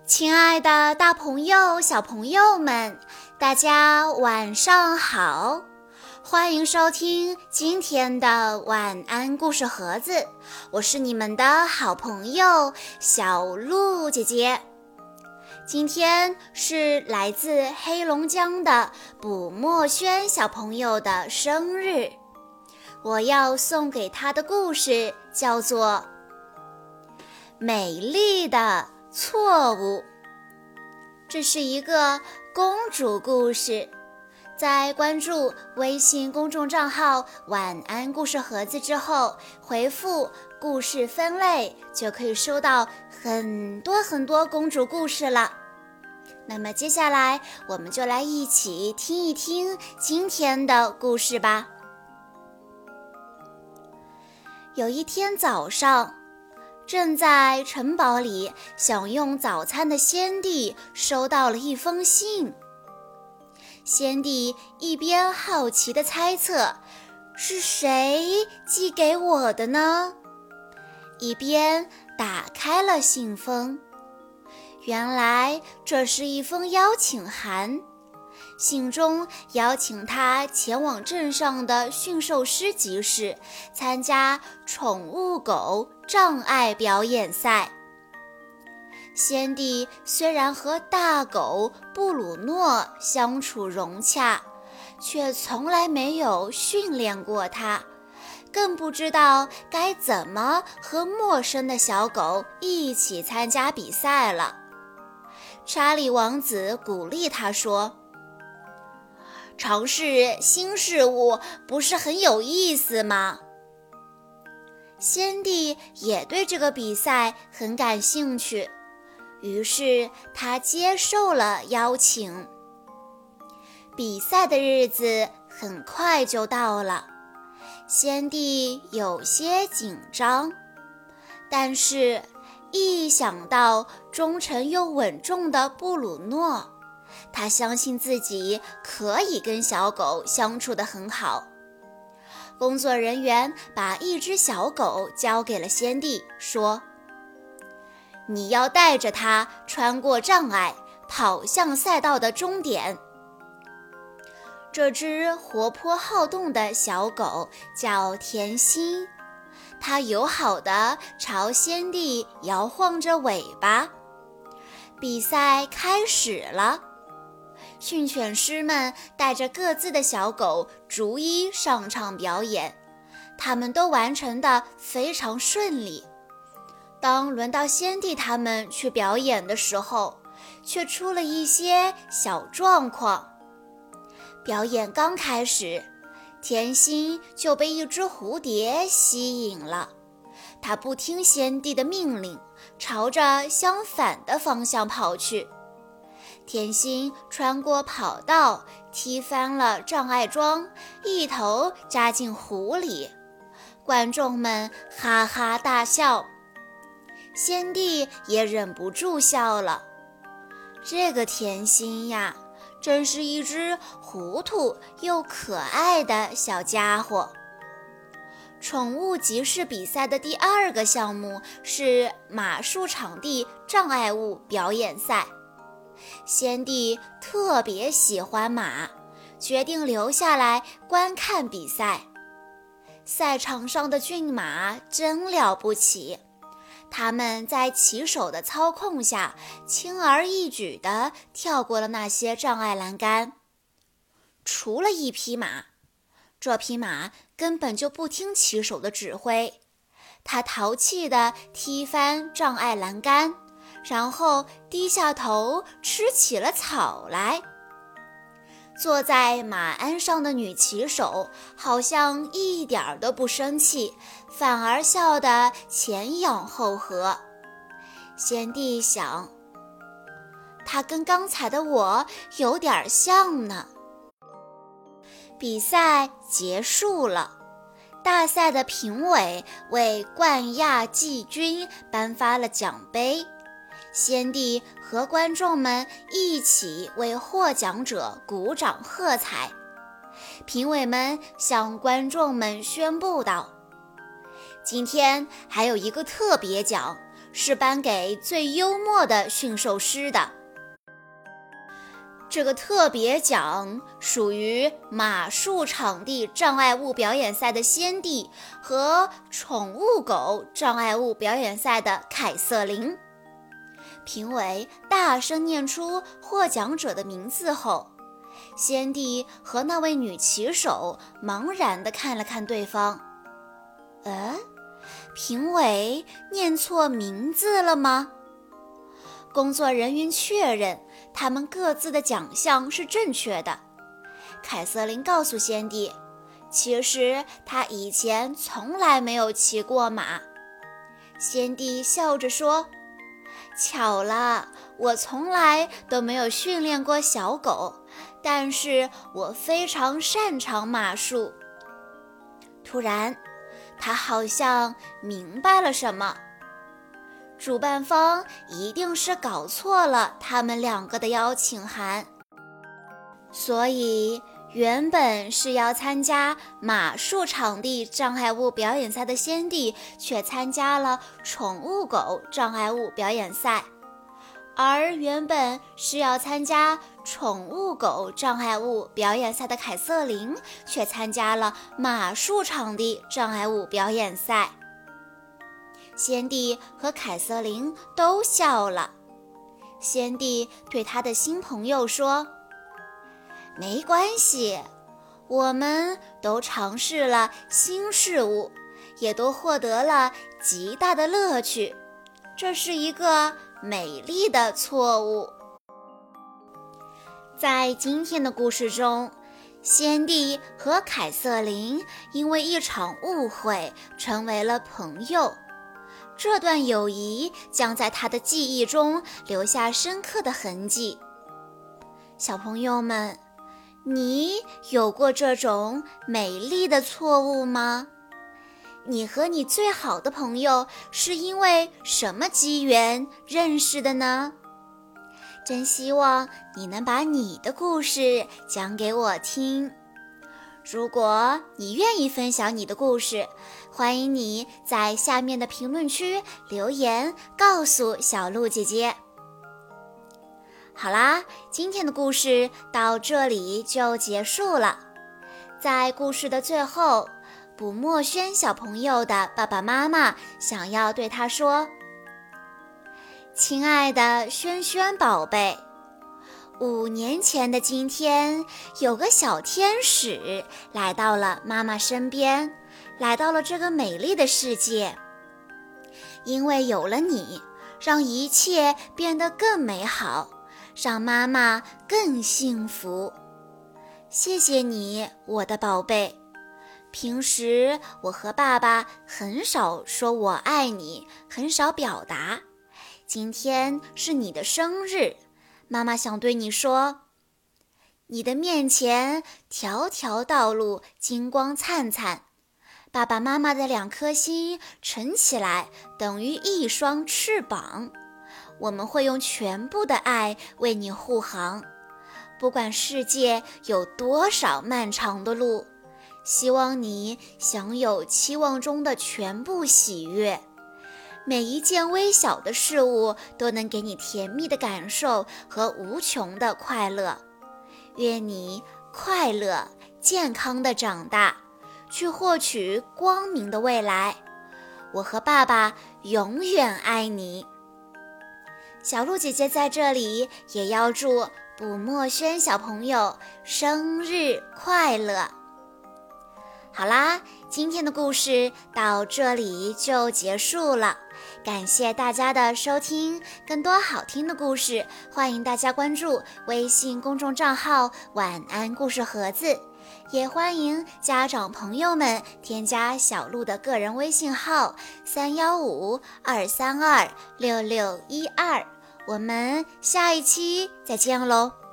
亲爱的大朋友、小朋友们，大家晚上好！欢迎收听今天的晚安故事盒子，我是你们的好朋友小鹿姐姐。今天是来自黑龙江的卜墨轩小朋友的生日，我要送给他的故事叫做《美丽的错误》。这是一个公主故事，在关注微信公众账号晚安故事盒子之后，回复故事分类就可以收到很多公主故事了。那么接下来我们就来一起听一听今天的故事吧。有一天早上，正在城堡里享用早餐的先帝收到了一封信。先帝一边好奇地猜测是谁寄给我的呢，一边打开了信封。原来这是一封邀请函，信中邀请他前往镇上的驯兽师集市参加宠物狗障碍表演赛。先帝虽然和大狗布鲁诺相处融洽，却从来没有训练过它，更不知道该怎么和陌生的小狗一起参加比赛了。查理王子鼓励他说，尝试新事物不是很有意思吗？先帝也对这个比赛很感兴趣，于是他接受了邀请。比赛的日子很快就到了，先帝有些紧张，但是一想到忠诚又稳重的布鲁诺，他相信自己可以跟小狗相处得很好。工作人员把一只小狗交给了先帝，说，你要带着它穿过障碍，跑向赛道的终点。这只活泼好动的小狗叫甜心，它友好地朝先帝摇晃着尾巴。比赛开始了，训犬师们带着各自的小狗逐一上场表演，他们都完成得非常顺利。当轮到先帝他们去表演的时候，却出了一些小状况。表演刚开始，甜心就被一只蝴蝶吸引了，它不听先帝的命令，朝着相反的方向跑去。甜心穿过跑道，踢翻了障碍桩，一头扎进湖里。观众们哈哈大笑，先帝也忍不住笑了。这个甜心呀，真是一只糊涂又可爱的小家伙。宠物集市比赛的第二个项目是马术场地障碍物表演赛。先帝特别喜欢马，决定留下来观看比赛。赛场上的骏马真了不起，他们在骑手的操控下，轻而易举地跳过了那些障碍栏杆。除了一匹马，这匹马根本就不听骑手的指挥，它淘气地踢翻障碍栏杆，然后低下头吃起了草来。坐在马鞍上的女骑手好像一点儿都不生气，反而笑得前仰后合。先帝想，她跟刚才的我有点像呢。比赛结束了，大赛的评委为冠亚季军颁发了奖杯。先帝和观众们一起为获奖者鼓掌喝彩。评委们向观众们宣布道，今天还有一个特别奖， 是颁给最幽默的驯兽师的。这个特别奖属于马术场地障碍物表演赛的先帝和宠物狗障碍物表演赛的凯瑟琳。评委大声念出获奖者的名字后，先帝和那位女骑手茫然地看了看对方。评委念错名字了吗？工作人员确认他们各自的奖项是正确的。凯瑟琳告诉先帝，其实他以前从来没有骑过马。先帝笑着说，巧了，我从来都没有训练过小狗，但是我非常擅长马术。突然，他好像明白了什么。主办方一定是搞错了他们两个的邀请函，所以原本是要参加马术场地障碍物表演赛的先帝却参加了宠物狗障碍物表演赛，而原本是要参加宠物狗障碍物表演赛的凯瑟琳却参加了马术场地障碍物表演赛。先帝和凯瑟琳都笑了。先帝对他的新朋友说，没关系，我们都尝试了新事物，也都获得了极大的乐趣，这是一个美丽的错误。在今天的故事中，先帝和凯瑟琳因为一场误会成为了朋友，这段友谊将在他的记忆中留下深刻的痕迹。小朋友们，你有过这种美丽的错误吗？你和你最好的朋友是因为什么机缘认识的呢？真希望你能把你的故事讲给我听。如果你愿意分享你的故事，欢迎你在下面的评论区留言告诉小鹿姐姐。好啦，今天的故事到这里就结束了。在故事的最后，卜墨轩小朋友的爸爸妈妈想要对他说，亲爱的轩轩宝贝，5年前的今天，有个小天使来到了妈妈身边，来到了这个美丽的世界。因为有了你，让一切变得更美好，让妈妈更幸福。谢谢你，我的宝贝。平时我和爸爸很少说我爱你，很少表达。今天是你的生日，妈妈想对你说，你的面前条条道路金光灿灿，爸爸妈妈的2颗心乘起来等于1双翅膀，我们会用全部的爱为你护航，不管世界有多少漫长的路，希望你享有期望中的全部喜悦。每一件微小的事物都能给你甜蜜的感受和无穷的快乐。愿你快乐、健康的长大，去获取光明的未来。我和爸爸永远爱你。小鹿姐姐在这里也要祝卜墨轩小朋友生日快乐。好啦，今天的故事到这里就结束了，感谢大家的收听。更多好听的故事，欢迎大家关注微信公众账号晚安故事盒子，也欢迎家长朋友们添加小鹿的个人微信号315-232-6612。我们下一期再见喽。